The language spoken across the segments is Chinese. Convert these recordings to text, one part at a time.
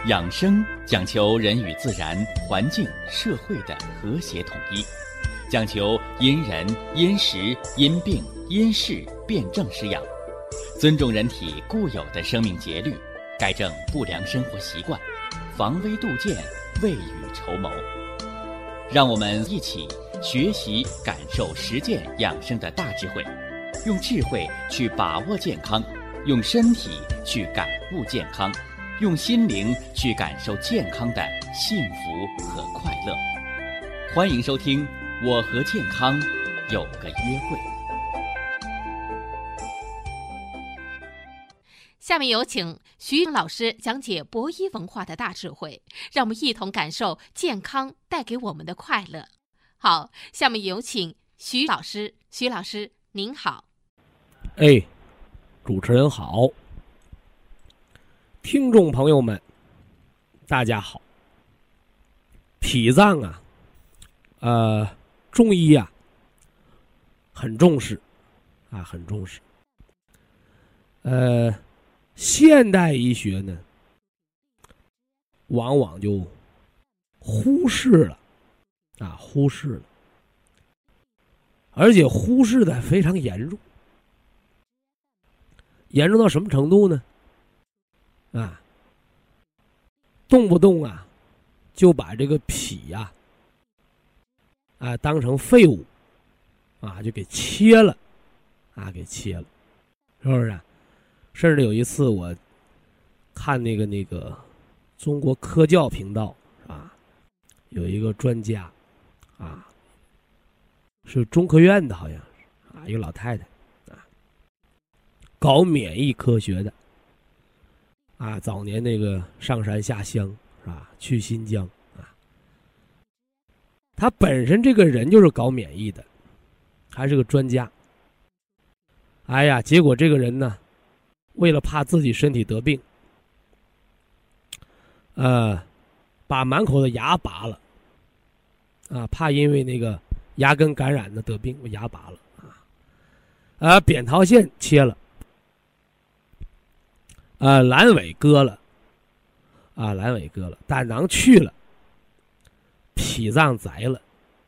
养生讲求人与自然、环境、社会的和谐统一，讲求因人、因时、因病、因事辩证施养，尊重人体固有的生命节律，改正不良生活习惯，防微杜渐，未雨绸缪。让我们一起学习、感受、实践养生的大智慧，用智慧去把握健康，用身体去感悟健康，用心灵去感受健康的幸福和快乐。欢迎收听《我和健康有个约会》。 下面有请徐老师讲解博医文化的大智慧，让我们一同感受健康带给我们的快乐。好，下面有请徐老师。徐老师您好。 主持人好，听众朋友们大家好。脾脏中医很重视很重视。现代医学呢往往就忽视了，而且忽视的非常严重。严重到什么程度呢？动不动就把这个脾当成废物就给切了是不是？甚至有一次我看那个中国科教频道有一个专家是中科院的，好像是一个老太太搞免疫科学的早年那个上山下乡去新疆他本身这个人就是搞免疫的，还是个专家。结果这个人呢，为了怕自己身体得病，把满口的牙拔了怕因为那个牙根感染的得病，牙拔了扁桃腺切了阑尾割了胆囊去了，脾脏摘了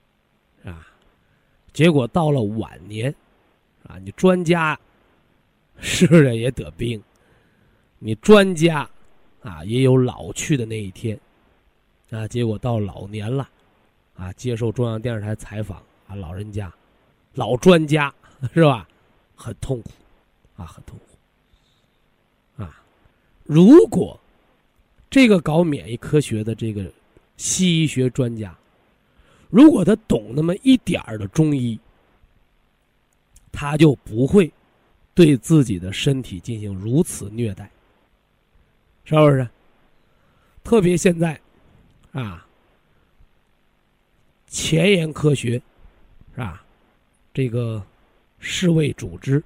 结果到了晚年你专家是人也得病，你专家也有老去的那一天结果到老年了接受中央电视台采访老人家老专家是吧，很痛苦很痛苦如果这个搞免疫科学的这个西医学专家，如果他懂那么一点儿的中医，他就不会对自己的身体进行如此虐待，是不是？特别现在前沿科学这个世卫组织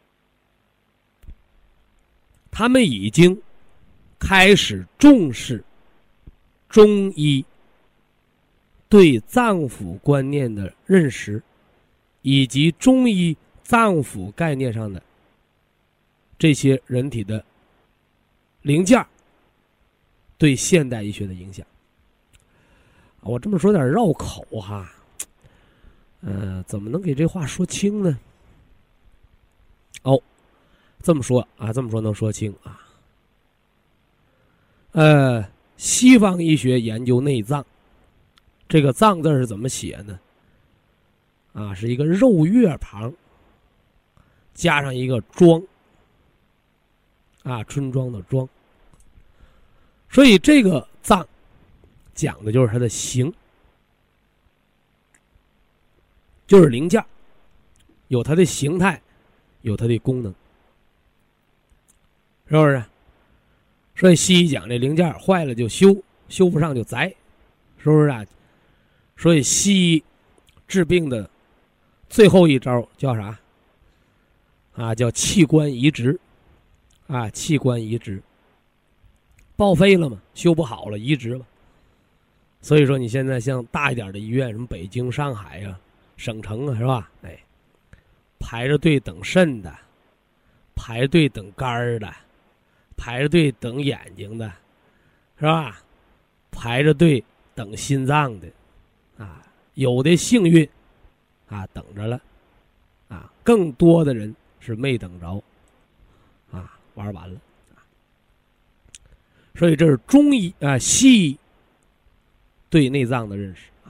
他们已经开始重视中医对脏腑观念的认识，以及中医脏腑概念上的这些人体的零件对现代医学的影响。我这么说有点绕口怎么能给这话说清呢？这么说能说清西方医学研究内脏，这个脏字是怎么写呢？是一个肉月旁加上一个庄村庄的庄，所以这个脏讲的就是它的形，就是零件，有它的形态，有它的功能，是不是？所以西医讲这零件坏了就修，修不上就摘，是不是？所以西医治病的最后一招叫啥？叫器官移植器官移植，报废了嘛，修不好了，移植了。所以说你现在像大一点的医院，什么北京、上海省城是吧？排着队等肾的，排着队等肝的，排着队等眼睛的， 是吧？排着队等心脏的，啊，有的幸运，啊，等着了，啊，更多的人是没等着，啊，玩完了，所以这是中医啊，西医对内脏的认识啊。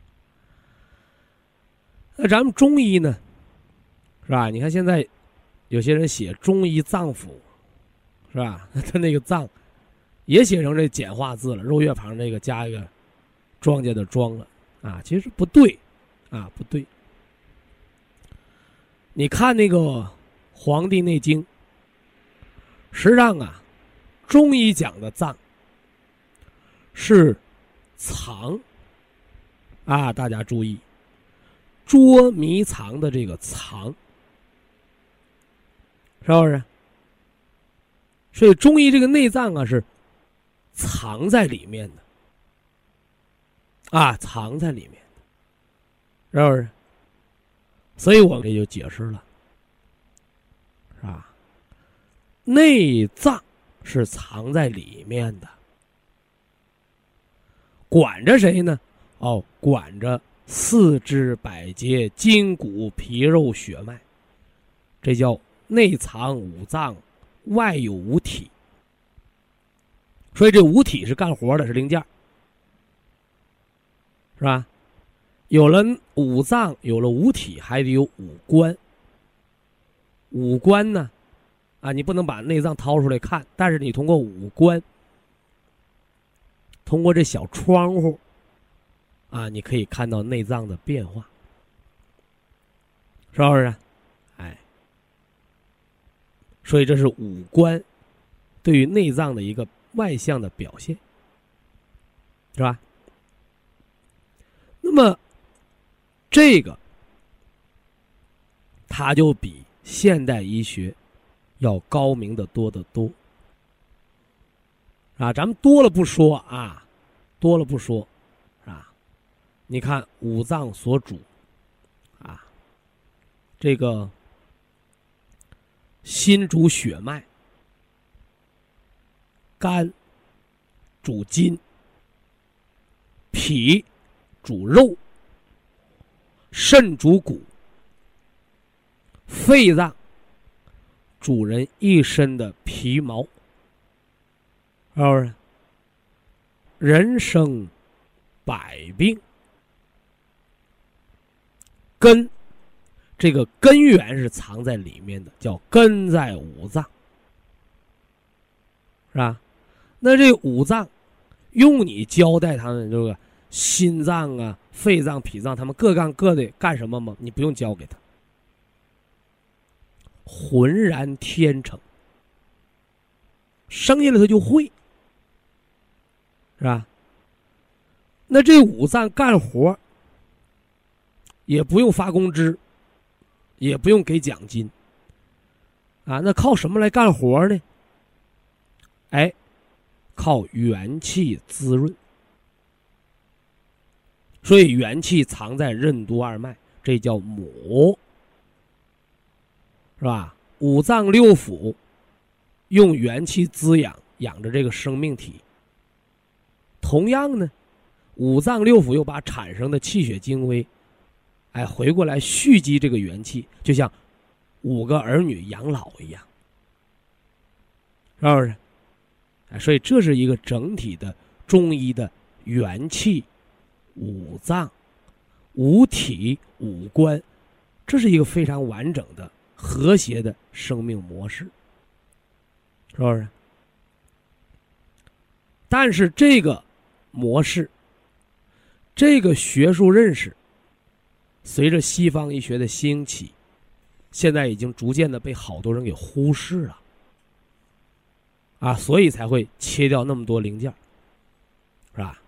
那咱们中医呢，是吧？你看现在有些人写中医脏腑，是吧？他那个脏也写成这简化字了，肉月旁这个加一个庄稼的庄了啊，其实不对啊，不对。你看那个《黄帝内经》，实际上啊，中医讲的脏是藏啊，大家注意，捉迷藏的这个藏，是不是？所以中医这个内脏啊是藏在里面的，啊，藏在里面的，是不是？所以我们也就解释了，是吧？内脏是藏在里面的，管着谁呢？哦，管着四肢百节、筋骨皮肉血脉，这叫内藏五脏，外有五体。所以这五体是干活的，是零件，是吧？有了五脏，有了五体，还得有五官。五官呢，啊，你不能把内脏掏出来看，但是你通过五官，通过这小窗户，啊，你可以看到内脏的变化，是不是？哎，所以这是五官对于内脏的一个外向的表现，是吧？那么这个它就比现代医学要高明的多得多啊！咱们多了不说啊，多了不说啊。你看五脏所主啊，这个心主血脉，肝主筋，脾主肉，肾主骨，肺脏主人一身的皮毛，是不是？人生百病，根，这个根源是藏在里面的，叫根在五脏，是吧？那这五脏用你交代他们这个心脏啊、肺脏、脾脏，他们各干各的干什么吗？你不用交给他，浑然天成，生下来他就会，是吧？那这五脏干活也不用发工资，也不用给奖金啊，那靠什么来干活呢？哎，靠元气滋润。所以元气藏在任督二脉，这叫母，是吧？五脏六腑用元气滋养，养着这个生命体。同样呢，五脏六腑又把产生的气血精微，哎，回过来蓄积这个元气，就像五个儿女养老一样，是不是？哎，所以这是一个整体的中医的元气、五脏、五体、五官，这是一个非常完整的、和谐的生命模式，是不是？但是这个模式，这个学术认识，随着西方医学的兴起，现在已经逐渐的被好多人给忽视了，啊，所以才会切掉那么多零件，是吧？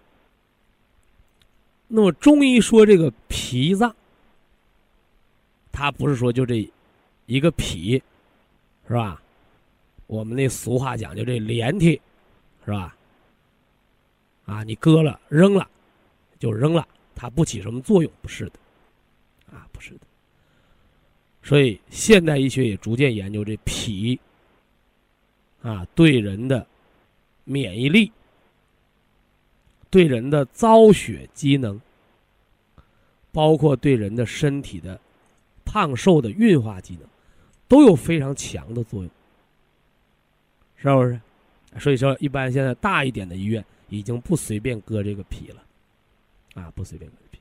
那么中医说这个脾脏，它不是说就这一个脾，是吧？我们那俗话讲就这连体，是吧？啊，你割了扔了就扔了，它不起什么作用，不是的，啊，不是的。所以现代医学也逐渐研究这脾，啊，对人的免疫力对人的造血机能，包括对人的身体的胖瘦的运化机能，都有非常强的作用，是不是？所以说，一般现在大一点的医院已经不随便割这个脾了，啊，不随便割脾。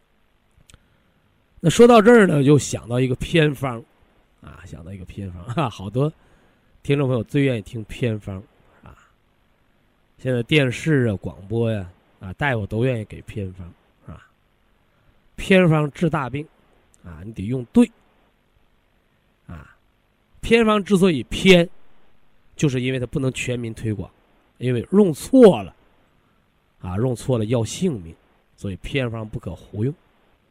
那说到这儿呢，就想到一个偏方，啊，想到一个偏方啊，好多听众朋友最愿意听偏方啊。现在电视啊、广播呀、啊，大夫都愿意给偏方啊。偏方治大病啊，你得用对啊。偏方之所以偏，就是因为它不能全民推广，因为用错了啊，用错了要性命，所以偏方不可胡用。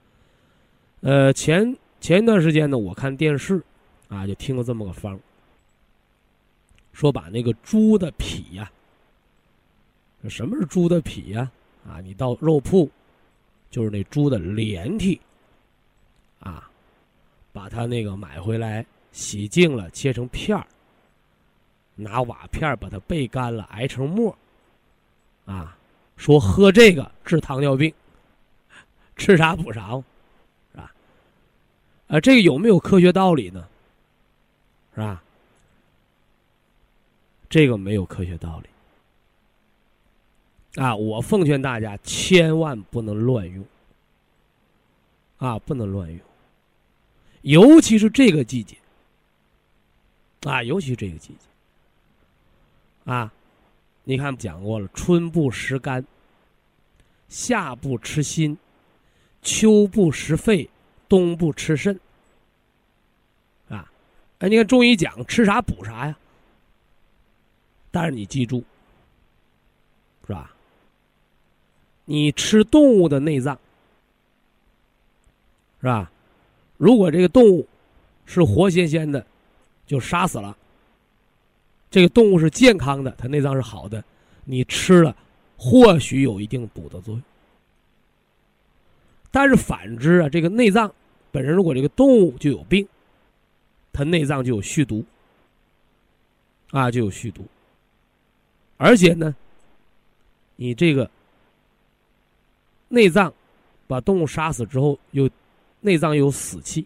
前一段时间呢，我看电视啊，就听了这么个方，说把那个猪的脾呀，什么是猪的脾呀？啊，你到肉铺，就是那猪的连体啊，把它那个买回来洗净了，切成片儿，拿瓦片把它焙干了，熬成沫啊，说喝这个治糖尿病，吃啥补啥嘛，是吧？这个有没有科学道理呢？是吧？这个没有科学道理啊！我奉劝大家千万不能乱用啊，不能乱用，尤其是这个季节啊，尤其这个季节啊，你看讲过了，春不食肝，夏不吃心，秋不食肺，冬不吃肾啊！你看中医讲吃啥补啥呀，但是你记住，是吧？你吃动物的内脏，是吧？如果这个动物是活鲜鲜的，就杀死了。这个动物是健康的，它内脏是好的，你吃了或许有一定补的作用。但是反之啊，这个内脏本身如果这个动物就有病，它内脏就有续毒啊，就有续毒。而且呢，你这个内脏把动物杀死之后，内脏有死气，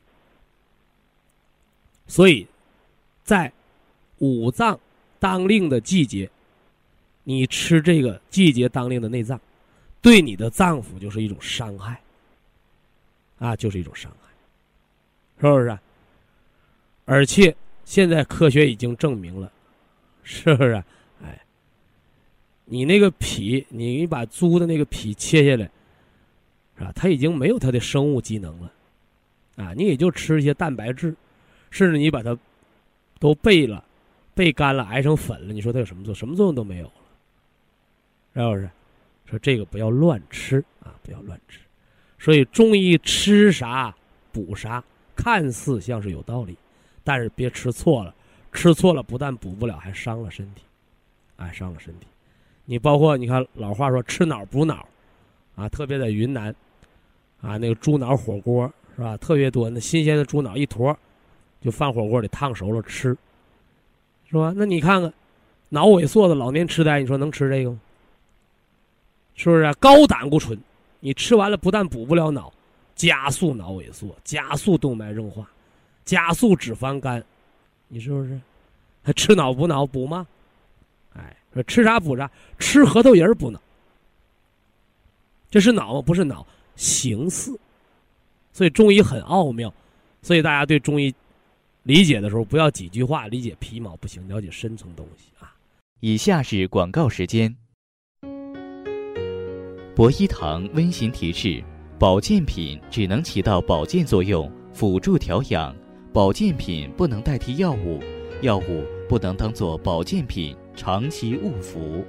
所以在五脏当令的季节，你吃这个季节当令的内脏，对你的脏腑就是一种伤害啊，就是一种伤害，是不是？而且现在科学已经证明了，是不是？你那个脾，你把猪的那个脾切下来，是吧？它已经没有它的生物机能了，啊，你也就吃一些蛋白质，甚至你把它都焙干了，熬成粉了，你说它有什么作用？什么作用都没有了，是不是？说这个不要乱吃啊，不要乱吃。所以中医吃啥补啥，看似像是有道理，但是别吃错了，吃错了不但补不了，还伤了身体，伤了身体。你包括你看老话说吃脑补脑啊，特别在云南啊，那个猪脑火锅是吧，特别多，那新鲜的猪脑一坨就放火锅里烫熟了吃，是吧？那你看看脑萎缩的老年痴呆，你说能吃这个吗？是不是高胆固醇你吃完了不但补不了脑，加速脑萎缩，加速动脉硬化，加速脂肪肝，你是不是还吃脑补脑补吗？说吃啥补啥，吃核桃仁补脑，这是脑吗？不是脑，形似。所以中医很奥妙，所以大家对中医理解的时候，不要几句话理解皮毛不行，了解深层东西啊。 以下是广告时间。博一堂温馨提示：保健品只能起到保健作用，辅助调养；保健品不能代替药物，药物不能当作保健品长期误服。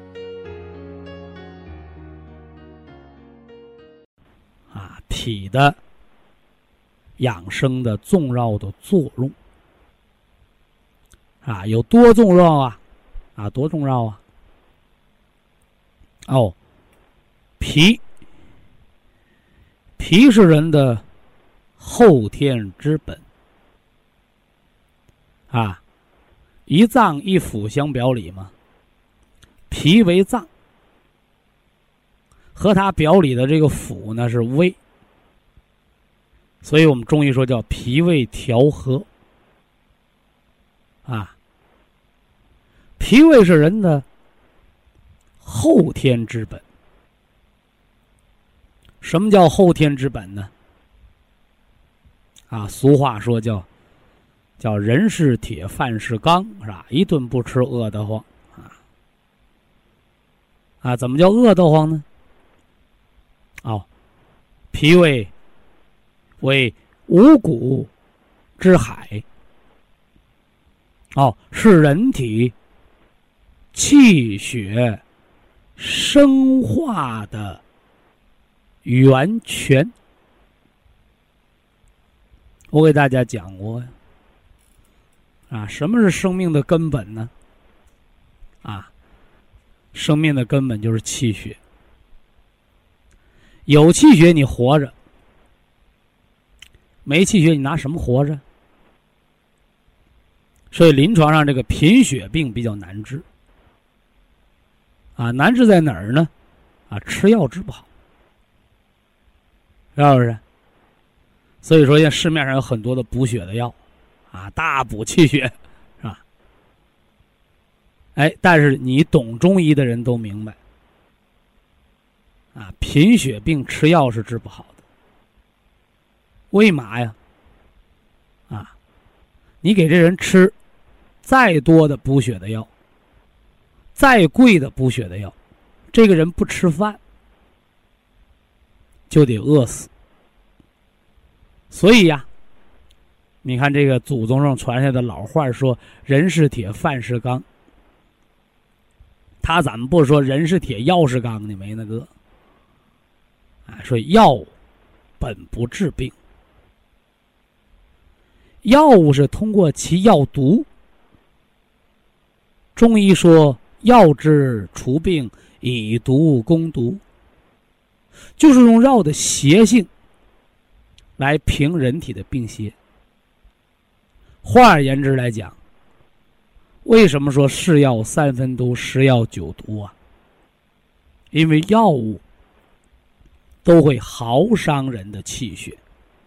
脾的养生的重要的作用有多重要啊？多重要啊？脾是人的后天之本一脏一腑相表里嘛，脾为脏， 和它表里的这个腑呢是胃，所以我们中医说叫脾胃调和啊。脾胃是人的后天之本。什么叫后天之本呢？啊，俗话说叫人是铁，饭是钢，是吧？一顿不吃饿得慌啊！怎么叫饿得慌呢？脾胃为五谷之海，是人体气血生化的源泉。我给大家讲过呀，什么是生命的根本呢？生命的根本就是气血。有气血你活着，没气血你拿什么活着？所以临床上这个贫血病比较难治难治在哪儿呢？吃药治不好，是不是？所以说现在市面上有很多的补血的药大补气血，是吧？但是你懂中医的人都明白贫血病吃药是治不好的。为嘛呀？你给这人吃再多的补血的药，再贵的补血的药，这个人不吃饭就得饿死。所以你看这个祖宗上传下的老话说人是铁，饭是钢，他怎么不说人是铁，药是钢呢？没那个说药本不治病，药物是通过其药毒。中医说药治除病，以毒攻毒，就是用药的邪性来平人体的病邪。换而言之来讲，为什么说是药三分毒，是药九毒因为药物都会耗伤人的气血。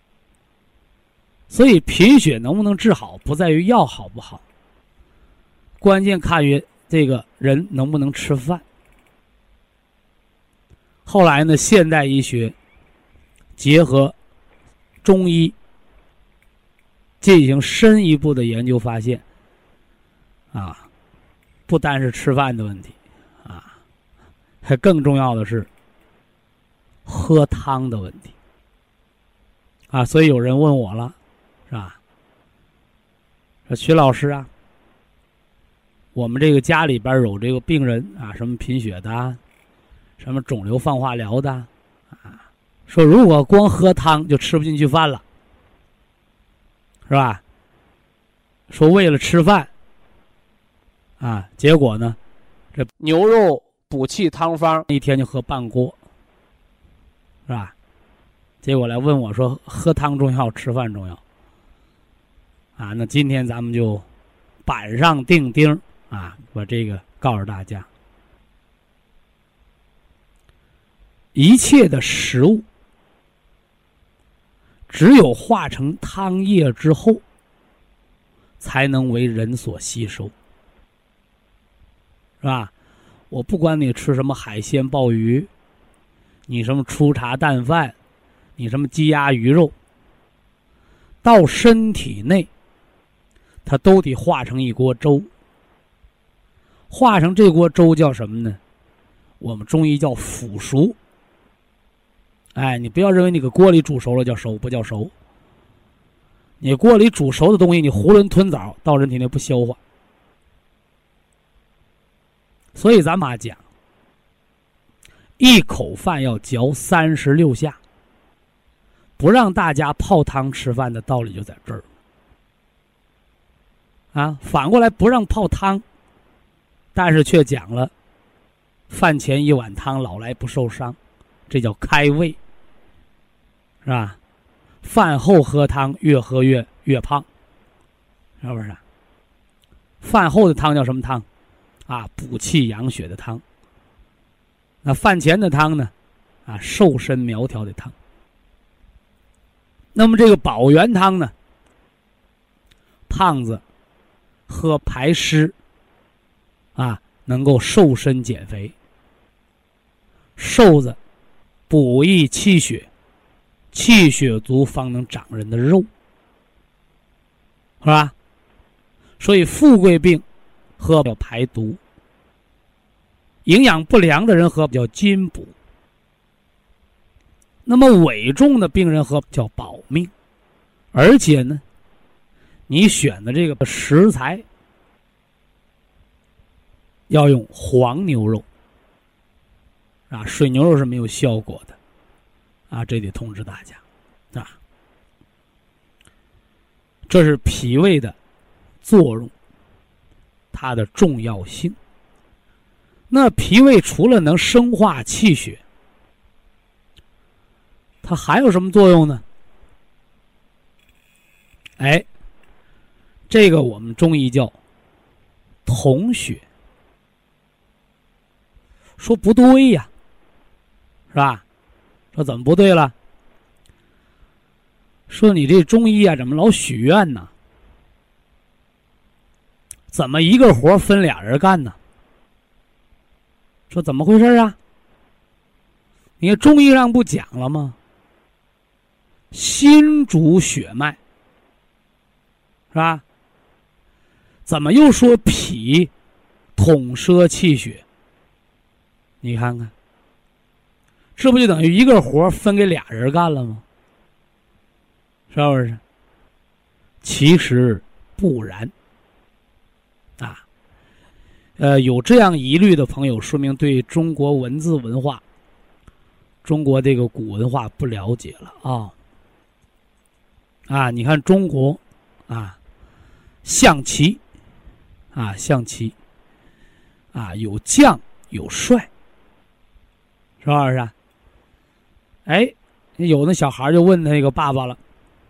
所以贫血能不能治好，不在于药好不好，关键看于这个人能不能吃饭。后来呢，现代医学结合中医进行深一步的研究，发现不单是吃饭的问题还更重要的是喝汤的问题所以有人问我了，是吧？说徐老师我们这个家里边有这个病人什么贫血的什么肿瘤放化疗的说如果光喝汤就吃不进去饭了，是吧？说为了吃饭结果呢，这牛肉补气汤方一天就喝半锅，是吧？结果来问我说喝汤重要，吃饭重要那今天咱们就板上钉钉把这个告诉大家，一切的食物只有化成汤液之后才能为人所吸收，是吧？我不管你吃什么海鲜鲍鱼，你什么粗茶淡饭，你什么鸡鸭鱼肉，到身体内它都得化成一锅粥。化成这锅粥叫什么呢？我们中医叫腐熟。你不要认为你搁锅里煮熟了叫熟，不叫熟。你锅里煮熟的东西，你囫囵吞枣到人体内不消化。所以咱妈讲，一口饭要嚼36下，不让大家泡汤吃饭的道理就在这儿反过来不让泡汤，但是却讲了饭前一碗汤，老来不受伤，这叫开胃，是吧？饭后喝汤，越喝越胖，是不是？饭后的汤叫什么汤？补气养血的汤。那饭前的汤呢？ 瘦身苗条的汤。那么这个保元汤呢，胖子喝排湿能够瘦身减肥，瘦子补益气血，气血足方能长人的肉，是吧？所以富贵病喝叫排毒，营养不良的人喝叫津补，那么危重的病人喝叫保命。而且呢，你选的这个食材要用黄牛肉水牛肉是没有效果的这得通知大家这是脾胃的作用，它的重要性。那脾胃除了能生化气血，它还有什么作用呢？这个我们中医叫统血。说不对呀，是吧？说怎么不对了？说你这中医怎么老许愿呢？怎么一个活分俩人干呢？说怎么回事啊？你看中医上不讲了吗？心主血脉，是吧？怎么又说脾统摄气血？你看看，这不就等于一个活分给俩人干了吗？是不是？其实不然有这样疑虑的朋友，说明对中国文字文化、中国这个古文化不了解了你看中国象棋象棋有将有帅，是不是有那小孩就问那个爸爸了，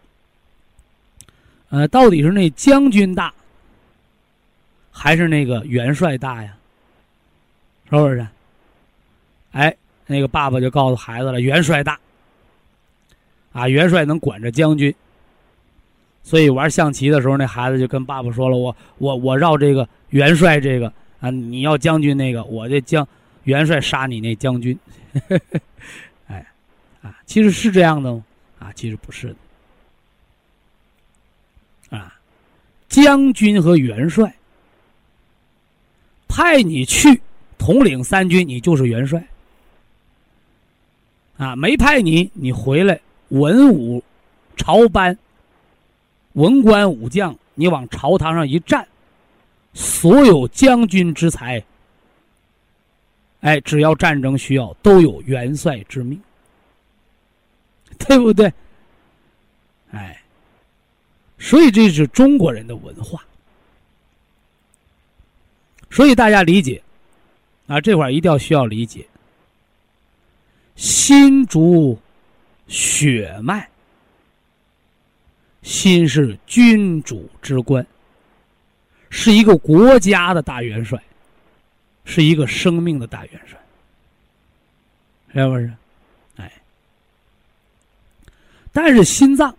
到底是那将军大还是那个元帅大呀？是不是？那个爸爸就告诉孩子了，元帅大元帅能管着将军。所以玩象棋的时候，那孩子就跟爸爸说了，我绕这个元帅这个你要将军那个，我这元帅杀你那将军。其实是这样的吗？其实不是的将军和元帅派你去统领三军，你就是元帅没派你，你回来文武朝班文官武将，你往朝堂上一站，所有将军之才只要战争需要，都有元帅之命，对不对？所以这是中国人的文化。所以大家理解这块一定要需要理解，心主血脉，心是君主之官，是一个国家的大元帅，是一个生命的大元帅，是不是？但是心脏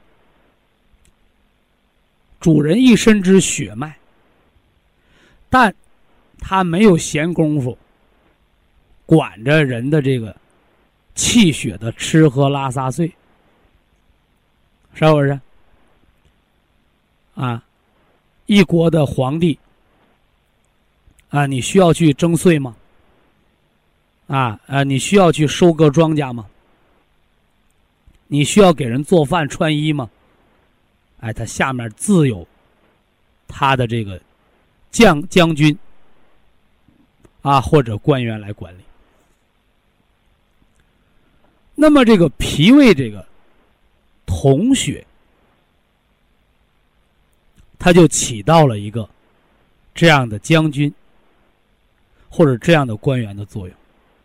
主人一身之血脉，但他没有闲工夫管着人的这个气血的吃喝拉撒睡，是不是？一国的皇帝你需要去征税吗？你需要去收割庄稼吗？你需要给人做饭穿衣吗？他下面自有他的这个将军或者官员来管理。那么这个脾胃这个统血，它就起到了一个这样的将军或者这样的官员的作用。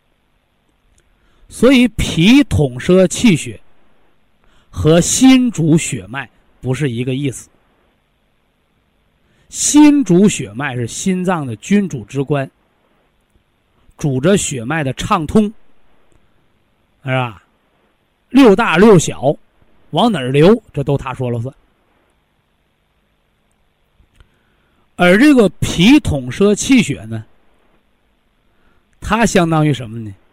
所以脾统摄气血和心主血脉不是一个意思。心主血脉是心脏的君主之官，主着血脉的畅通是吧？六大六小往哪儿流，这都他说了算。而这个脾统摄气血呢，它相当于什么呢？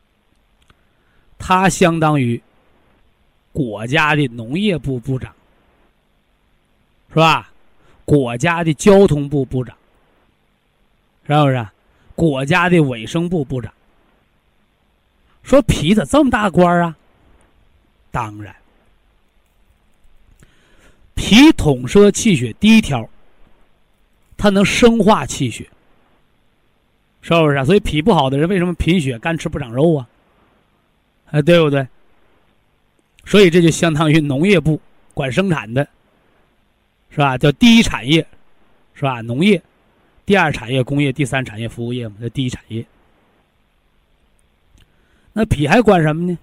它相当于国家的农业部部长，是吧？国家的交通部部长，是不是？国家的卫生部部长。说脾咋这么大官啊？当然，脾统摄气血，第一条，它能生化气血，是不是？所以脾不好的人为什么贫血、干吃不长肉啊？对不对？所以这就相当于农业部管生产的，是吧？叫第一产业，是吧？农业，第二产业工业，第三产业服务业嘛，这第一产业。那脾还管什么呢？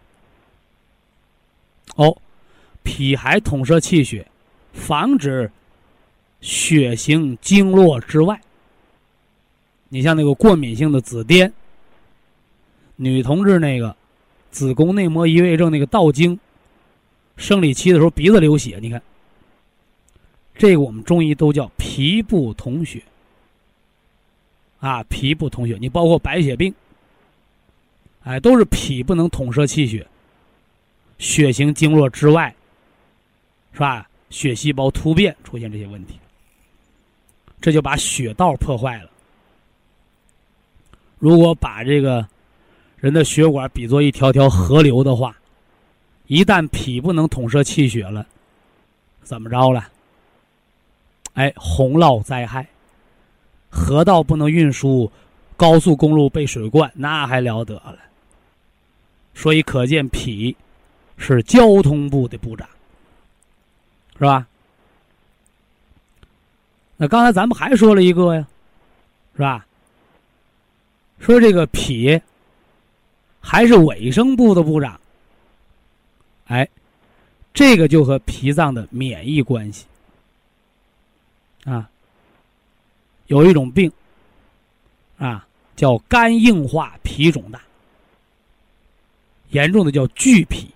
脾还统摄气血，防止血行经络之外。你像那个过敏性的紫癜，女同志那个子宫内膜异位症那个盗经，生理期的时候鼻子流血，你看，这个我们中医都叫脾不统血啊，脾不统血。你包括白血病，都是脾不能统摄气血，血行经络之外，是吧？血细胞突变出现这些问题，这就把血道破坏了。如果把这个人的血管比作一条条河流的话，一旦脾不能统摄气血了，怎么着了？洪涝灾害，河道不能运输，高速公路被水灌，那还了得了。所以可见脾是交通部的部长，是吧？那刚才咱们还说了一个呀，是吧？说这个脾还是卫生部的部长，这个就和脾脏的免疫关系啊。有一种病叫肝硬化脾肿大，严重的叫巨脾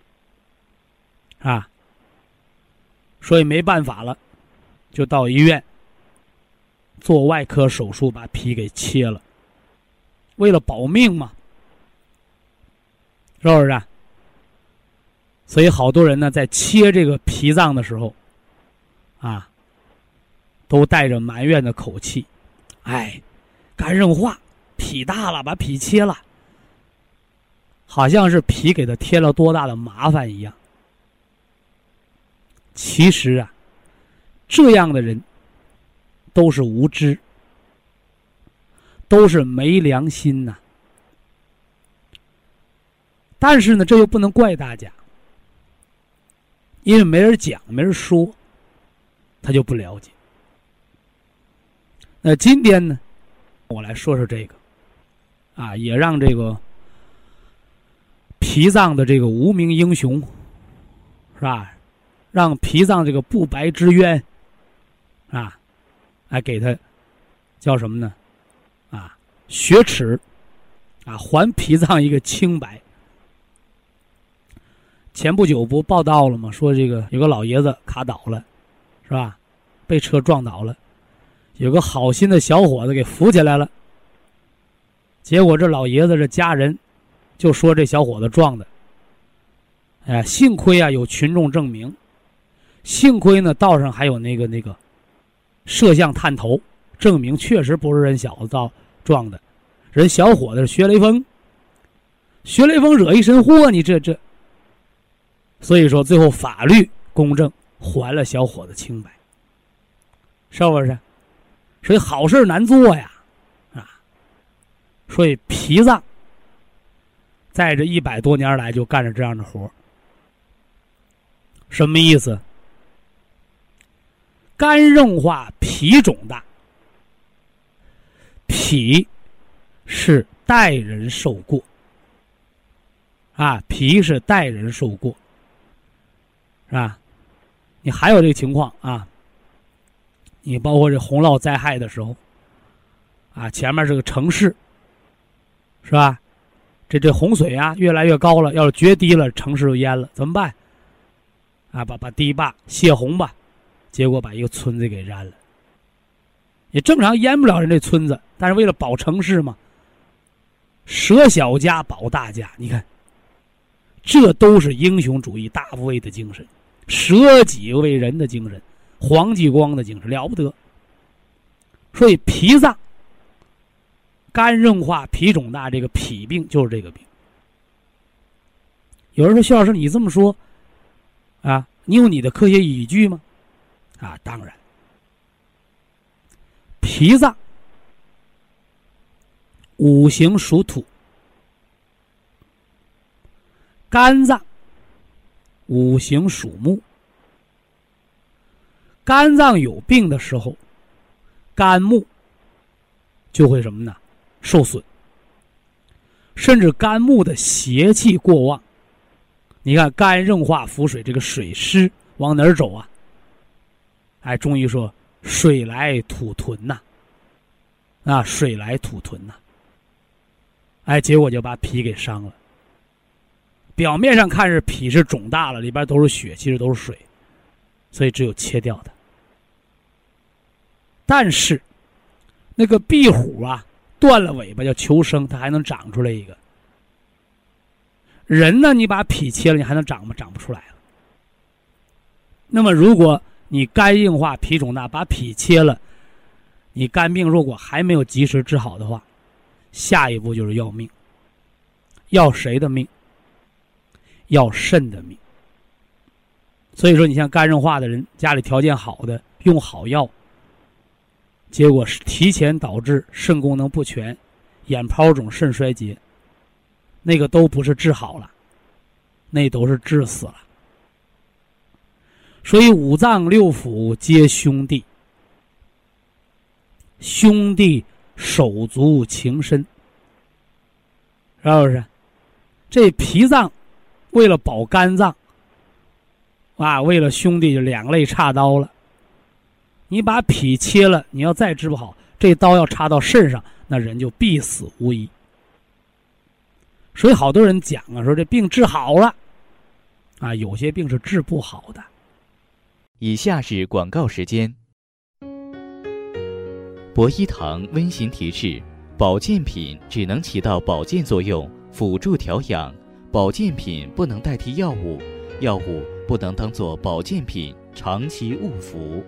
所以没办法了，就到医院做外科手术，把脾给切了，为了保命嘛，是不是？所以好多人呢，在切这个脾脏的时候都带着埋怨的口气，肝硬化，脾大了，把脾切了，好像是脾给他添了多大的麻烦一样。其实这样的人都是无知，都是没良心呐。但是呢，这又不能怪大家，因为没人讲，没人说，他就不了解。那今天呢，我来说说这个也让这个脾脏的这个无名英雄，是吧？让脾脏这个不白之冤给他叫什么呢？雪耻还脾脏一个清白。前不久不报道了吗？说这个有个老爷子卡倒了，是吧？被车撞倒了，有个好心的小伙子给扶起来了。结果这老爷子这家人就说这小伙子撞的，幸亏有群众证明，幸亏呢道上还有那个摄像探头，证明确实不是人小子撞的，人小伙子是学雷锋惹一身祸，你这。所以说最后法律公正还了小伙子清白，是不是？所以好事难做呀所以脾脏在这100多年来就干着这样的活。什么意思？肝硬化脾肿大，脾是代人受过脾是代人受过，是吧？你还有这个情况你包括这洪涝灾害的时候前面是个城市，是吧？ 这洪水啊越来越高了，要是决堤了，城市就淹了，怎么办？啊，把堤坝泄洪吧，结果把一个村子给淹了。也正常淹不了人这村子，但是为了保城市嘛，舍小家保大家，你看，这都是英雄主义大无畏的精神，舍己为人的精神，黄继光的精神了不得。所以脾脏肝硬化、脾肿大，这个脾病就是这个病。有人说，徐老师你这么说啊，你有你的科学依据吗？啊，当然，脾脏五行属土，肝脏五行属木。肝脏有病的时候，肝木就会什么呢？受损，甚至肝木的邪气过旺。你看肝硬化腹水，这个水湿往哪儿走啊？哎，中医说水来土屯呐，啊，水来土屯呐，哎，结果就把脾给伤了。表面上看是脾是肿大了，里边都是血，其实都是水，所以只有切掉的。但是那个壁虎啊，断了尾巴叫求生，它还能长出来一个。人呢，你把脾切了，你还能长吗？长不出来了。那么如果你肝硬化、脾肿大，把脾切了，你肝病如果还没有及时治好的话，下一步就是要命。要谁的命？要肾的命。所以说，你像肝硬化的人，家里条件好的，用好药，结果是提前导致肾功能不全，眼泡肿、肾衰竭，那个都不是治好了，那都是治死了。所以五脏六腑皆兄弟，兄弟手足情深，是不是？这脾脏为了保肝脏啊，为了兄弟就两肋插刀了。你把脾切了，你要再治不好，这刀要插到肾上，那人就必死无疑。所以好多人讲啊，说这病治好了啊，有些病是治不好的。 以下是广告时间。博一堂温馨提示：保健品只能起到保健作用，辅助调养，保健品不能代替药物，药物不能当作保健品长期误服。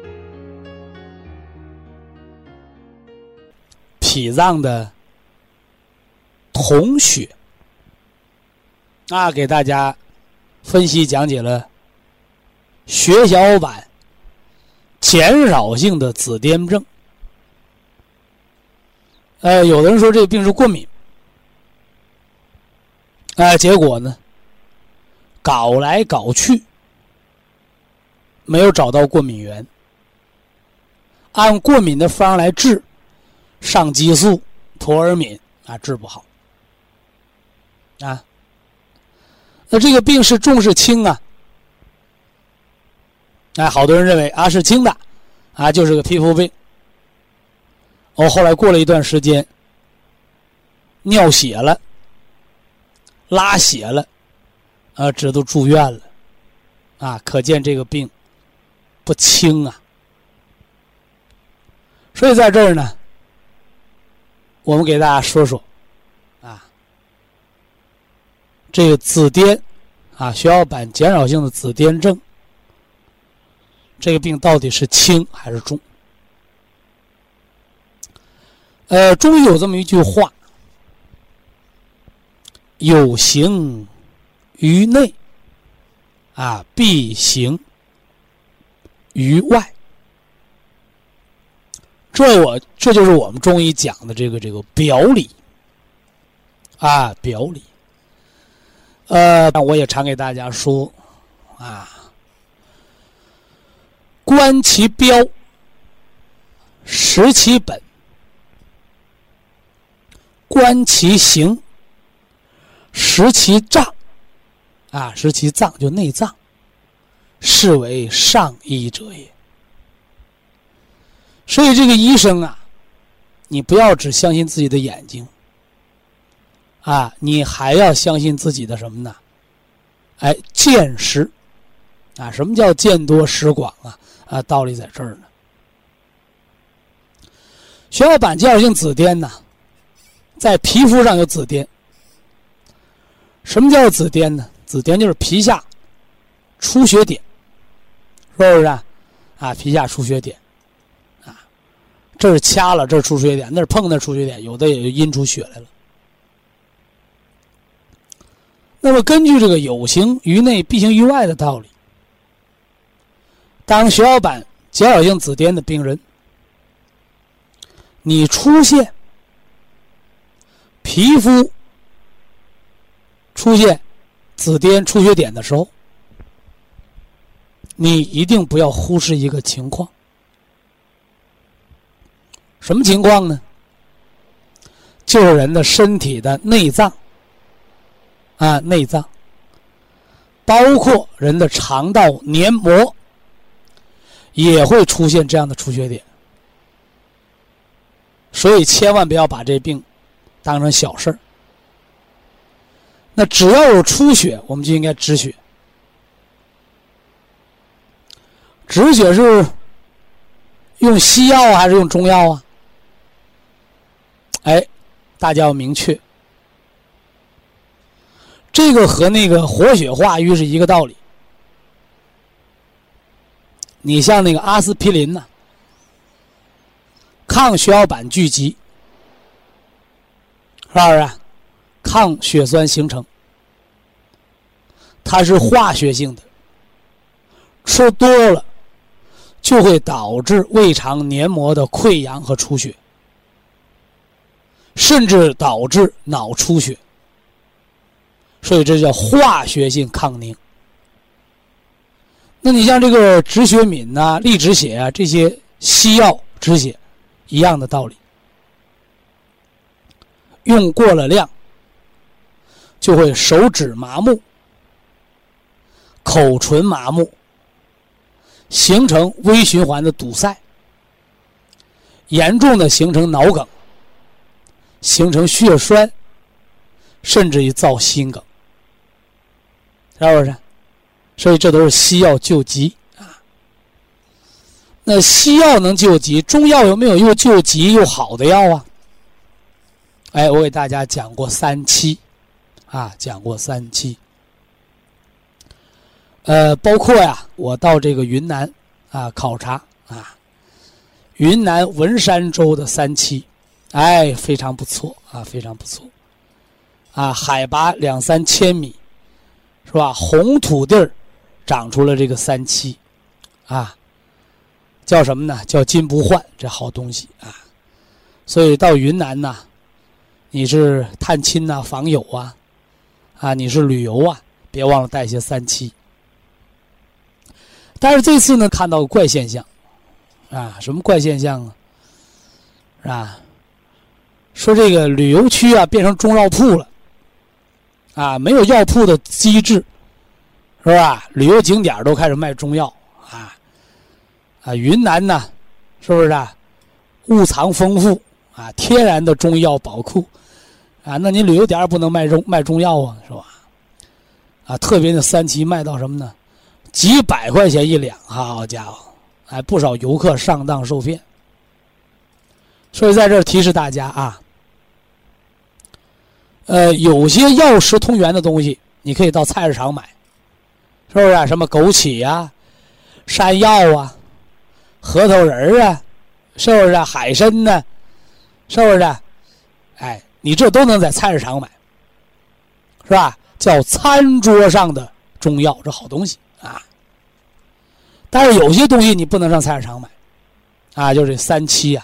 脾脏的统血啊，给大家分析讲解了血小板减少性的紫癜症。有的人说这病是过敏，结果呢，搞来搞去没有找到过敏源，按过敏的方来治，上激素、托尔敏啊，治不好啊。那这个病是重是轻啊？好多人认为啊是轻的，啊就是个皮肤病。后来过了一段时间，尿血了，拉血了，这都住院了，啊，可见这个病不轻啊。所以在这儿呢，我们给大家说说啊，这个紫癜啊，血小板减少性的紫癜症，这个病到底是轻还是重？中医有这么一句话：有形于内，啊，必形于外。这就是我们中医讲的这个表里啊，表里。我也常给大家说啊，观其标，识其本，观其形，识其脏，啊，识其脏就内脏，是为上医者也。所以这个医生啊，你不要只相信自己的眼睛， 啊，你还要相信自己的什么呢？哎，见识啊，什么叫见多识广啊？道理在这儿呢。血小板结构性紫癜呢，在皮肤上有紫癜。什么叫紫癜呢？紫癜就是皮下出血点，是不是啊？皮下出血点啊，这是掐了，这是出血点，那是碰那出血点，有的也就阴出血来了。那么根据这个有形于内必形于外的道理，当血小板结构性紫癜的病人，你出现皮肤出现紫癜出血点的时候，你一定不要忽视一个情况。什么情况呢？就是人的身体的内脏啊，内脏包括人的肠道黏膜也会出现这样的出血点。所以千万不要把这病当成小事儿。那只要有出血，我们就应该止血。止血是用西药还是用中药啊？哎，大家要明确，这个和那个活血化瘀是一个道理。你像那个阿司匹林抗血小板聚集，是不是抗血栓形成，它是化学性的，吃多了就会导致胃肠黏膜的溃疡和出血，甚至导致脑出血，所以这叫化学性抗凝。那你像这个止血敏利止血这些西药止血一样的道理，用过了量就会手指麻木、口唇麻木，形成微循环的堵塞，严重的形成脑梗，形成血栓，甚至于造心梗，是不是？所以这都是西药救急啊。那西药能救急，中药有没有又救急又好的药啊？哎，我给大家讲过3期啊，讲过3期。包括我到这个云南考察啊，云南文山州的3期，哎，非常不错啊，非常不错啊，海拔2-3千米，是吧？红土地儿长出了这个3期啊，叫什么呢？叫金不换，这好东西啊。所以到云南你是探亲访友你是旅游别忘了带些3期。但是这次呢，看到怪现象什么怪现象是吧？说这个旅游区变成中药铺了没有药铺的机制，是吧？旅游景点都开始卖中药云南是不是物藏丰富天然的中药宝库那你旅游点不能卖中药是吧？特别的3期卖到什么呢？几百块钱1两，好家伙，不少游客上当受骗。所以在这儿提示大家有些药食同源的东西，你可以到菜市场买，是不是什么枸杞山药核桃仁是不是海参是不是？哎，你这都能在菜市场买，是吧？叫餐桌上的中药，这好东西但是有些东西你不能上菜市场买就是这3期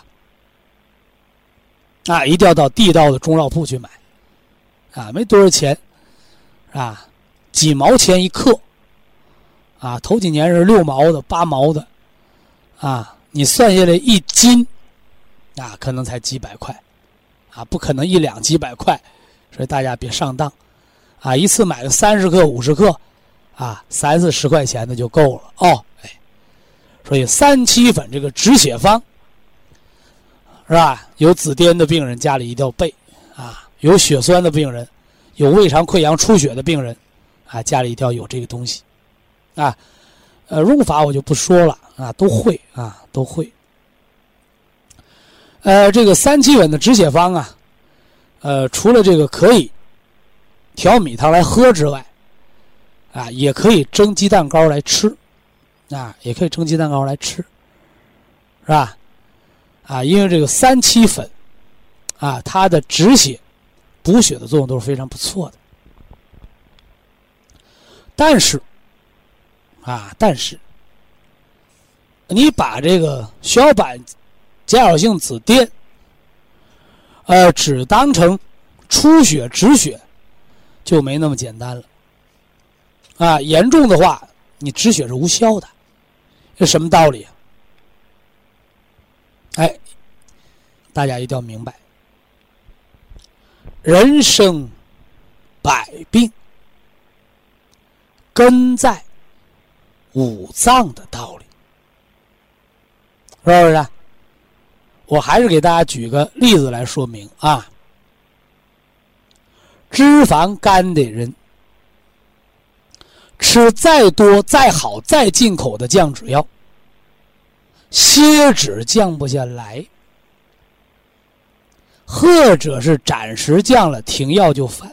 一定要到地道的中药铺去买没多少钱几毛钱1克头几年是6毛的8毛的你算下来1斤可能才几百块不可能1两几百块，所以大家别上当一次买个30克50克30-40块钱的就够了所以3七粉这个止血方是吧？有紫癜的病人家里一定要备有血栓的病人，有胃肠溃疡出血的病人，啊，家里一定要有这个东西，啊，用法我就不说了啊，都会啊，都会。这个3七稳的止血方啊，除了这个可以调米汤来喝之外，啊，也可以蒸鸡蛋糕来吃，啊，也可以蒸鸡蛋糕来吃，是吧？啊，因为这个3七粉，啊，它的止血、补血的作用都是非常不错的。但是，你把这个血小板减少性紫癜，只当成出血止血，就没那么简单了。啊，严重的话，你止血是无效的，这什么道理啊？哎，大家一定要明白，人生百病，根在五脏的道理，是不是？我还是给大家举个例子来说明啊。脂肪肝的人吃再多再好再进口的降脂药，血脂降不下来，或者是暂时降了，停药就犯。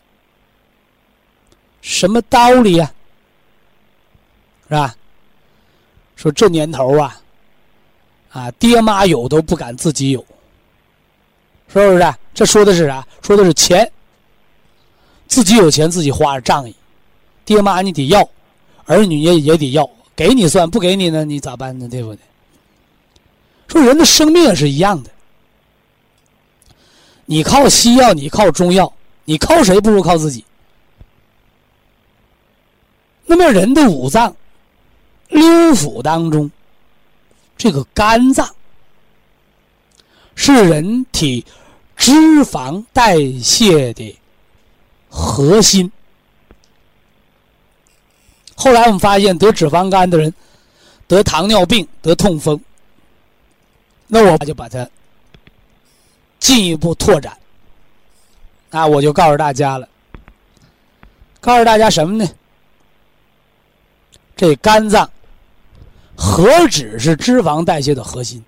什么道理啊？是吧？说这年头啊，爹妈有都不敢自己有，是不是？这说的是啥？说的是钱，自己有钱自己花着仗义，爹妈你得要，儿女也得要，给你算，不给你呢，你咋办呢？对不对？说人的生命也是一样的，你靠西药，你靠中药，你靠谁不如靠自己。那么人的五脏六腑当中，这个肝脏是人体脂肪代谢的核心。后来我们发现得脂肪肝的人得糖尿病得痛风，那我就把它进一步拓展，啊，我就告诉大家了，告诉大家什么呢？这肝脏何止是脂肪代谢的核心，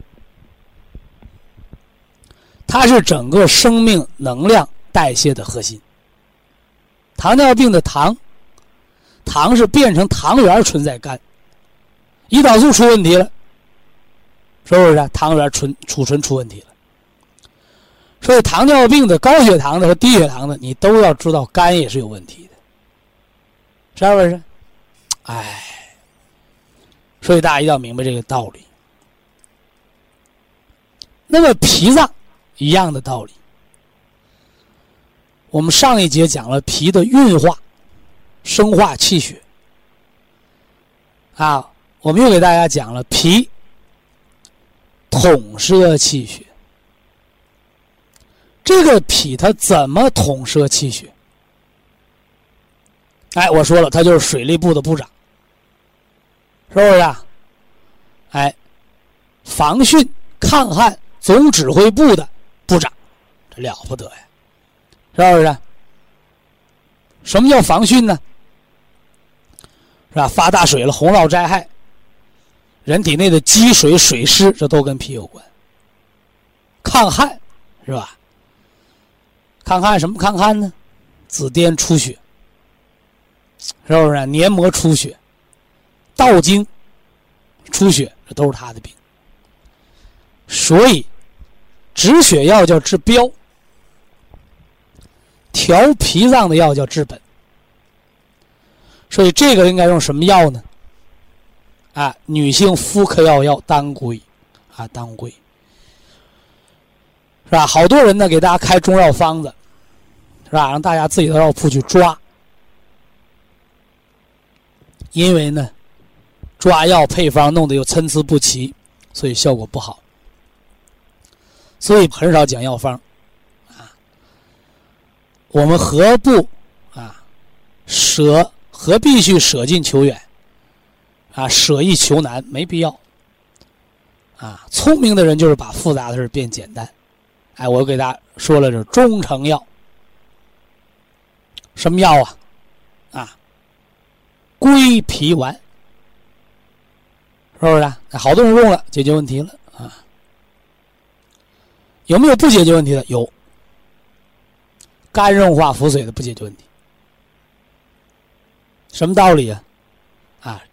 它是整个生命能量代谢的核心。糖尿病的糖是变成糖原存在肝，胰岛素出问题了，是不是？糖原储存出问题了。所以糖尿病的高血糖的和低血糖的，你都要知道肝也是有问题的，是不是？哎，所以大家一定要明白这个道理。那么脾脏一样的道理，我们上一节讲了脾的运化、生化气血，啊，我们又给大家讲了脾统摄气血。这个脾它怎么统摄气血？哎，我说了，它就是水利部的部长，是不是啊？哎，防汛抗旱总指挥部的部长，这了不得呀，是不是？什么叫防汛呢？是吧？发大水了，洪涝灾害，人体内的积水、水湿，这都跟脾有关。抗旱，是吧？抗旱什么抗旱呢？紫癜出血，是不是？黏膜出血，道经出血，这都是他的病。所以止血药叫治标，调脾脏的药叫治本。所以这个应该用什么药呢？啊，女性妇科药当归，啊，当归，是吧？好多人呢给大家开中药方子，是吧？让大家自己到药铺去抓，因为呢抓药配方弄得又参差不齐，所以效果不好，所以很少讲药方啊。我们何必去舍近求远啊，舍易求难，没必要啊。聪明的人就是把复杂的事变简单。哎，我给大家说了，这中成药什么药啊？归脾丸，是不是？好多人用了，解决问题了啊。有没有不解决问题的？有，肝硬化腹水的不解决问题。什么道理啊？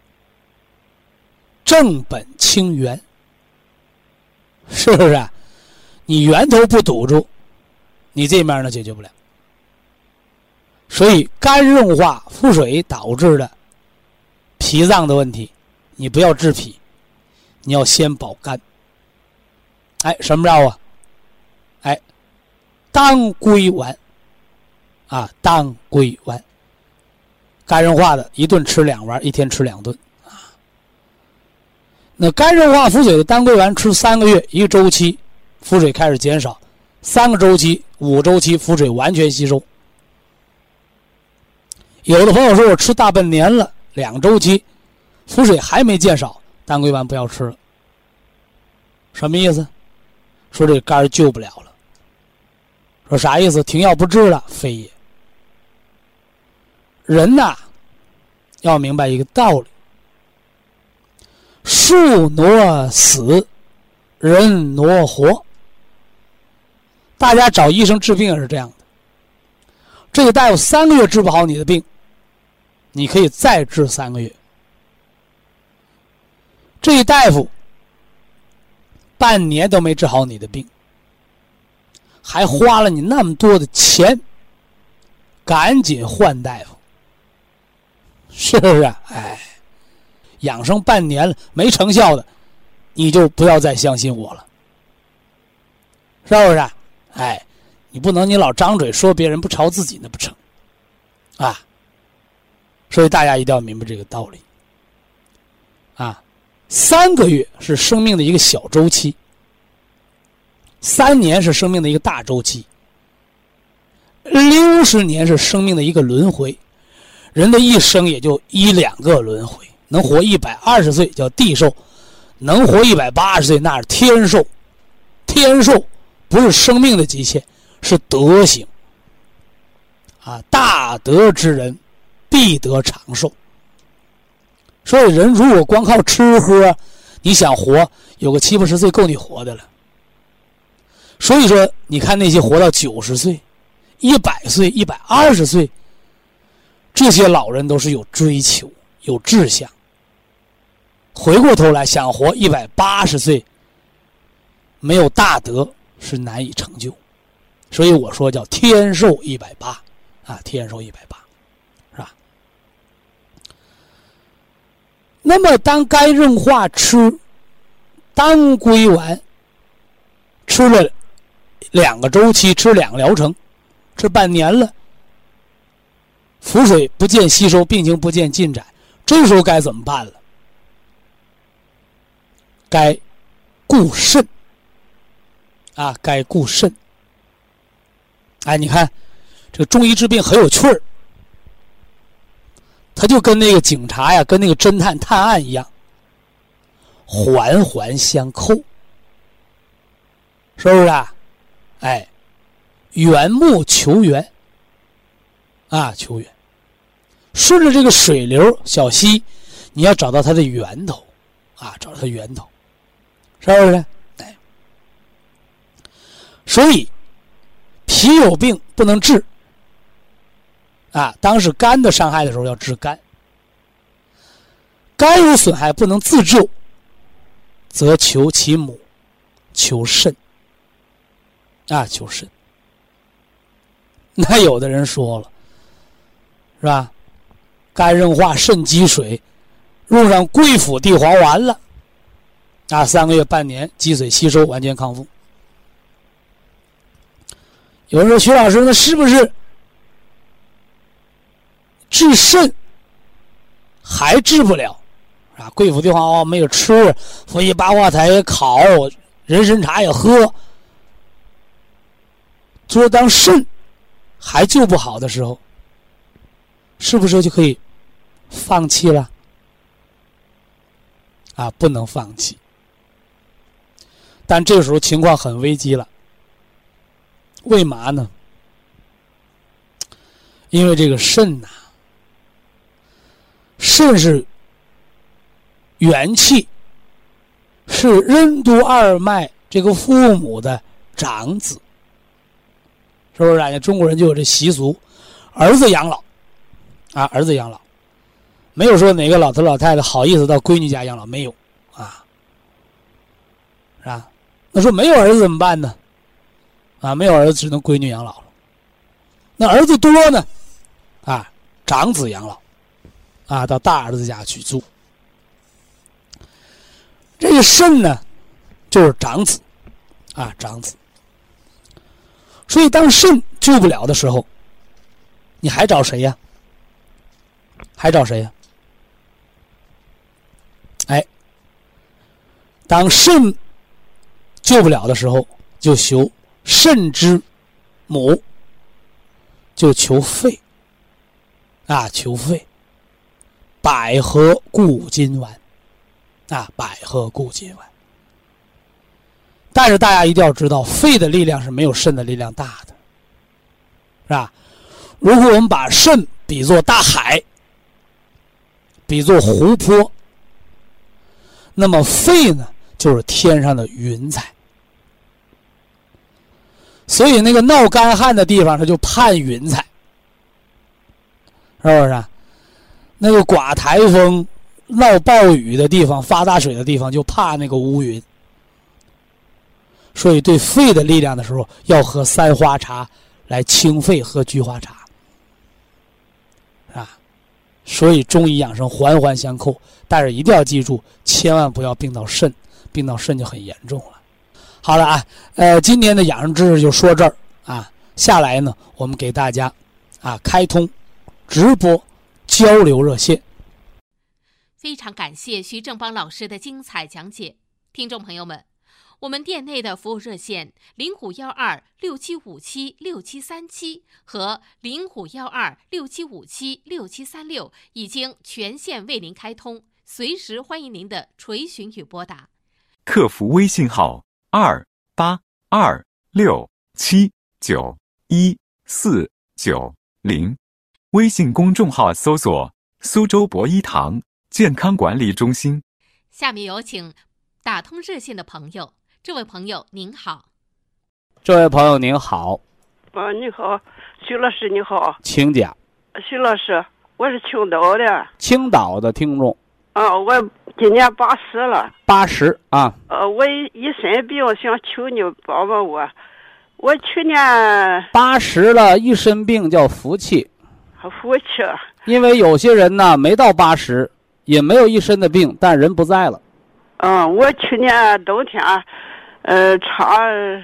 正本清源，是不是？你源头不堵住，你这面呢解决不了。所以肝硬化腹水导致的脾脏的问题，你不要治脾，你要先保肝。什么药当归丸当归丸，肝硬化的一顿吃2丸，一天吃2顿那肝硬化腹水的当归丸吃3个月，一个周期腹水开始减少，3个周期5周期腹水完全吸收。有的朋友说我吃大半年了，2周期腹水还没减少，当归丸不要吃了。什么意思？说这肝救不了了。说啥意思？停药不治了？非也。人要明白一个道理，树挪死，人挪活。大家找医生治病也是这样的，这个大夫3个月治不好你的病，你可以再治3个月。这一大夫半年都没治好你的病，还花了你那么多的钱，赶紧换大夫，是不是？养生半年了没成效的，你就不要再相信我了，是不是？你不能你老张嘴说别人不朝自己那不成所以大家一定要明白这个道理3个月是生命的一个小周期，3年是生命的一个大周期，60年是生命的一个轮回。人的一生也就1-2个轮回，能活120岁叫地寿，能活180岁那是天寿。天寿不是生命的极限，是德行大德之人必得长寿。所以人如果光靠吃喝，你想活有个70-80岁够你活的了。所以说你看那些活到90岁100岁120岁，这些老人都是有追求有志向，回过头来想活180岁没有大德是难以成就。所以我说叫天寿180天寿180，是吧？那么当肝硬化吃当归丸，吃了2个周期，吃2个疗程，吃半年了，腹水不见吸收，病情不见进展，这时候该怎么办了？该固肾该固肾。你看这个中医治病很有趣儿，他就跟那个警察跟那个侦探探案一样，环环相扣，是不是缘木求源求源，顺着这个水流小溪，你要找到它的源头找到它源头，是不是？所以脾有病不能治当是肝的伤害的时候要治肝，肝有损害不能自救，则求其母，求肾求肾。那有的人说了，是吧？肝硬化肾积水，用上桂附地黄丸了3个月半年积水吸收完全康复。有人说徐老师那是不是治肾还治不了桂附地黄丸没有吃，扶一八卦台也烤，人参茶也喝，说当肾还救不好的时候，是不是就可以放弃了不能放弃。但这个时候情况很危机了，为嘛呢？ 因为这个肾呐，肾是元气，是任督二脉这个父母的长子，是不是啊？中国人就有这习俗，儿子养老啊，儿子养老，没有说哪个老头老太太好意思到闺女家养老，没有啊，是吧？那说没有儿子怎么办呢？啊，没有儿子只能闺女养老了。那儿子多呢？啊，长子养老，啊，到大儿子家去住。这个肾呢，就是长子，啊，长子。所以当肾救不了的时候，你还找谁呀？还找谁呀？哎，当肾救不了的时候，就求肾之母，就求肺，啊，求肺，百合固金丸，啊，百合固金丸。但是大家一定要知道，肺的力量是没有肾的力量大的，是吧？如果我们把肾比作大海，比作湖泊，那么肺呢，就是天上的云彩。所以那个闹干旱的地方，它就盼云彩，是不是啊？那个刮台风、闹暴雨的地方、发大水的地方，就怕那个乌云。所以对肺的力量的时候，要喝三花茶来清肺，喝菊花茶，啊。所以中医养生环环相扣，但是一定要记住，千万不要病到肾，病到肾就很严重了。好了啊，今天的养生知识就说这儿啊。下来呢，我们给大家啊开通直播交流热线。 非常感谢徐正邦老师的精彩讲解，听众朋友们，我们店内的服务热线051267576737和051267576736已经全线为您开通，随时欢迎您的垂询与拨打。 客服微信号2826791490，微信公众号搜索苏州博医堂健康管理中心。 下面有请打通热线的朋友。这位朋友您好。 这位朋友您好。 你好，徐老师你好。 请讲。 徐老师，我是青岛的。 青岛的听众。 啊，我今年80了。 80啊。 我一身病，想求你帮帮我。我去年 80了，一身病叫福气。 福气。 因为有些人呢，没到80，也没有一身的病，但人不在了。 我去年冬天，差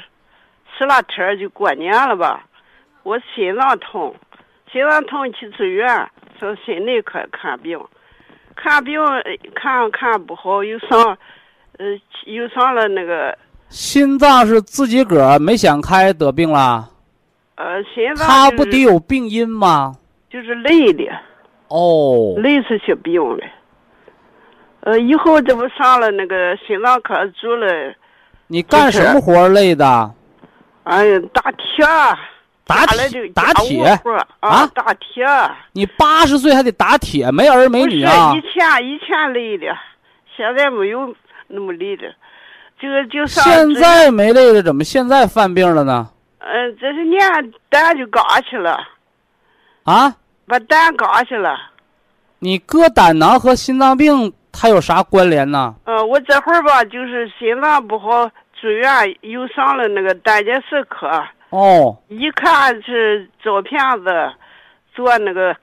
10来天就过年了吧。我心脏痛去住院，上心内科看病，看不好，又上了那个。 心脏是自己个儿没想开得病了？ 心脏、 他不得有病因吗？ 就是累的。哦。累出去病了。以后这不上了那个心脏科住了。 你干什么活累的？ 哎呀，打铁啊！ 打铁啊！打铁。 你80岁还得打铁，没儿没女啊？ 不是以前累的，现在没有那么累的。就上。 现在没累的，怎么现在犯病了呢？ 这是年胆就高去了。 啊？ 把胆高去了。 你割胆囊和心脏病它有啥关联呢？ 我这会儿吧，就是心脏不好，住院又上了那个胆结石科。 哦。 一看是照片子，做那个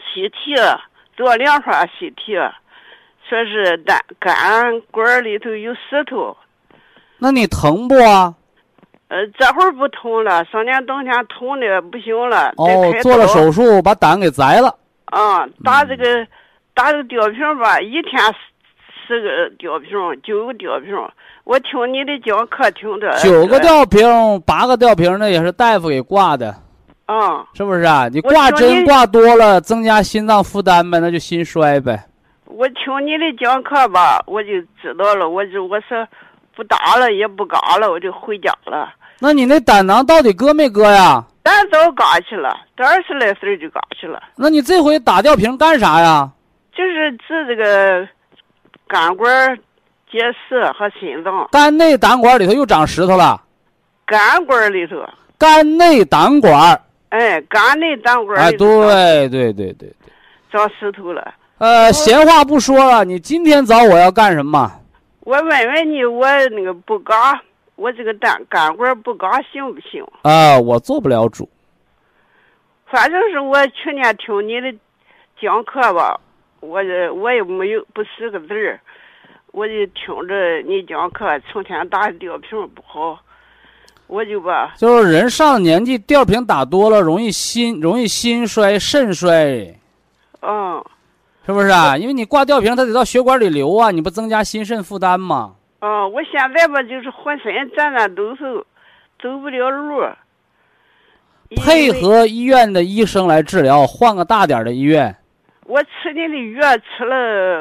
CT，做2发CT，说是肝管里头有石头。 那你疼不啊？ 这会儿不痛了，上年冬天痛的不行了。 哦，做了手术把胆给摘了。 打这个吊瓶吧，一天10个吊瓶，9个吊瓶。我听你的讲课听的。9个吊瓶，8个吊瓶，那也是大夫给挂的。是不是啊？你挂针挂多了，增加心脏负担呗，那就心衰呗。 我听你的讲课吧，我就知道了。我说不打了也不搞了，我就回家了。 那你那胆囊到底割没割呀？ 咱早嘎去了，都20来岁就嘎去了。 那你这回打吊瓶干啥呀？ 就是治这个肝管结石和心脏。 肝内胆管里头又长石头了。 肝管里头。 肝内胆管。 哎，肝内胆管。 哎，对， 长石头了。 闲话不说了，你今天找我要干什么？ 我问问你，我那个不嘎，我这个肝管不嘎行不行？ 我做不了主。 反正是我去年听你的讲课吧，我也没有不识个字儿，我就听着你讲课，成天打吊瓶不好，我就吧。 就是人上了年纪，吊瓶打多了，容易心衰、肾衰。是不是啊？因为你挂吊瓶，它得到血管里流啊，你不增加心肾负担吗？ 我现在吧，就是浑身颤抖擞，走不了路。 配合医院的医生来治疗，换个大点的医院。 我吃你的药吃了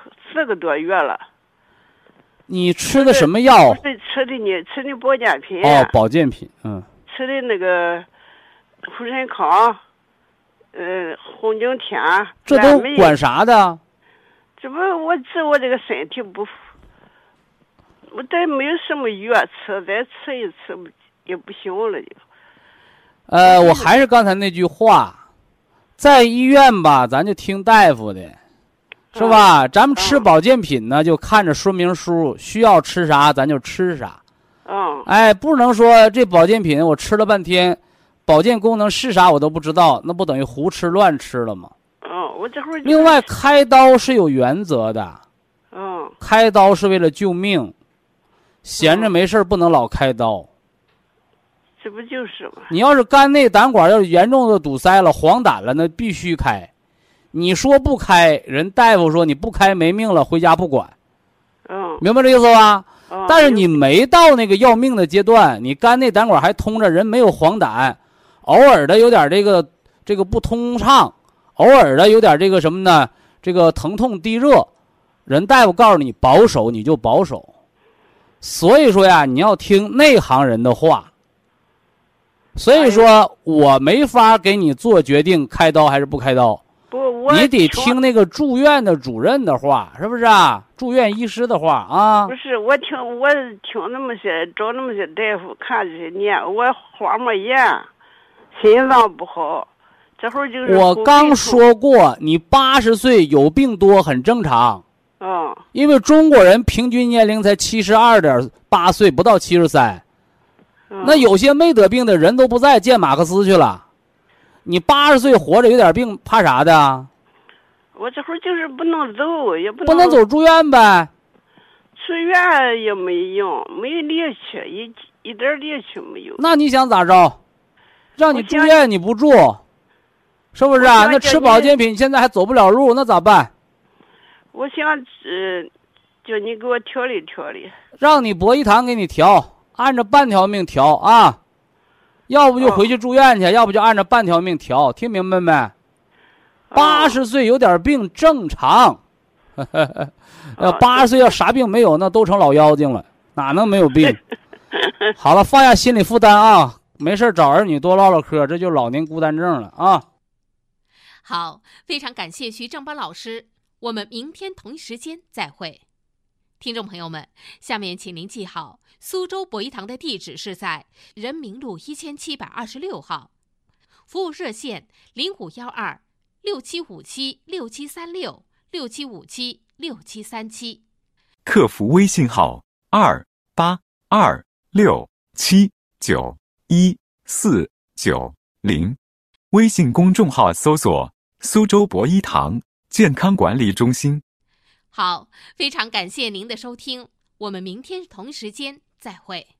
4个多月了。 你吃的什么药？ 不是吃的保健品。 保健品， 吃的那个护肾康。红景天， 这都管啥的？ 这不我治我这个身体不，我再没有什么药吃，再吃一次也不行了就。 我还是刚才那句话，在医院吧，咱就听大夫的，是吧？咱们吃保健品呢，就看着说明书，需要吃啥咱就吃啥。不能说这保健品我吃了半天。保健功能是啥我都不知道，那不等于胡吃乱吃了吗？ 我这会儿。 另外，开刀是有原则的。开刀是为了救命，闲着没事不能老开刀。 这不就是吗？ 你要是肝内胆管要是严重的堵塞了、黄疸了，那必须开。你说不开，人大夫说你不开没命了，回家不管。明白这意思吧？但是你没到那个要命的阶段，你肝内胆管还通着，人没有黄疸。偶尔的有点这个不通畅，偶尔的有点这个什么呢？这个疼痛低热，人大夫告诉你保守你就保守。所以说呀，你要听内行人的话。所以说我没法给你做决定，开刀还是不开刀。你得听那个住院的主任的话，是不是啊？住院医师的话啊。 不是，我听那么些找那么些大夫看这些年，我花没炎。心脏不好，这会儿就是。 我刚说过，你80岁有病多很正常。因为中国人平均年龄才72.8岁，不到73。那有些没得病的人都不在，见马克思去了。你80岁活着有点病，怕啥的？ 我这会儿就是不能走，也不能走，住院呗。 住院也没用，没有力气，一点力气没有。 那你想咋着？让你住院你不住，是不是啊？那吃保健品现在还走不了路，那咋办？ 我想叫你给我调理调理。 让你博医堂给你调，按照半条命调啊。要不就回去住院去，要不就按照半条命调，听明白没？80岁有点病正常，80岁要啥病没有，那都成老妖精了，哪能没有病？好了，放下心理负担啊。没事找儿女多唠唠嗑，这就老年孤单症了啊。 好，非常感谢徐正邦老师，我们明天同一时间再会。听众朋友们，下面请您记好，苏州博医堂的地址是在人民路1726号，服务热线05126757673667576737， 客服微信号28267914990，微信公众号搜索苏州博医堂健康管理中心。 好，非常感谢您的收听，我们明天同一时间再会。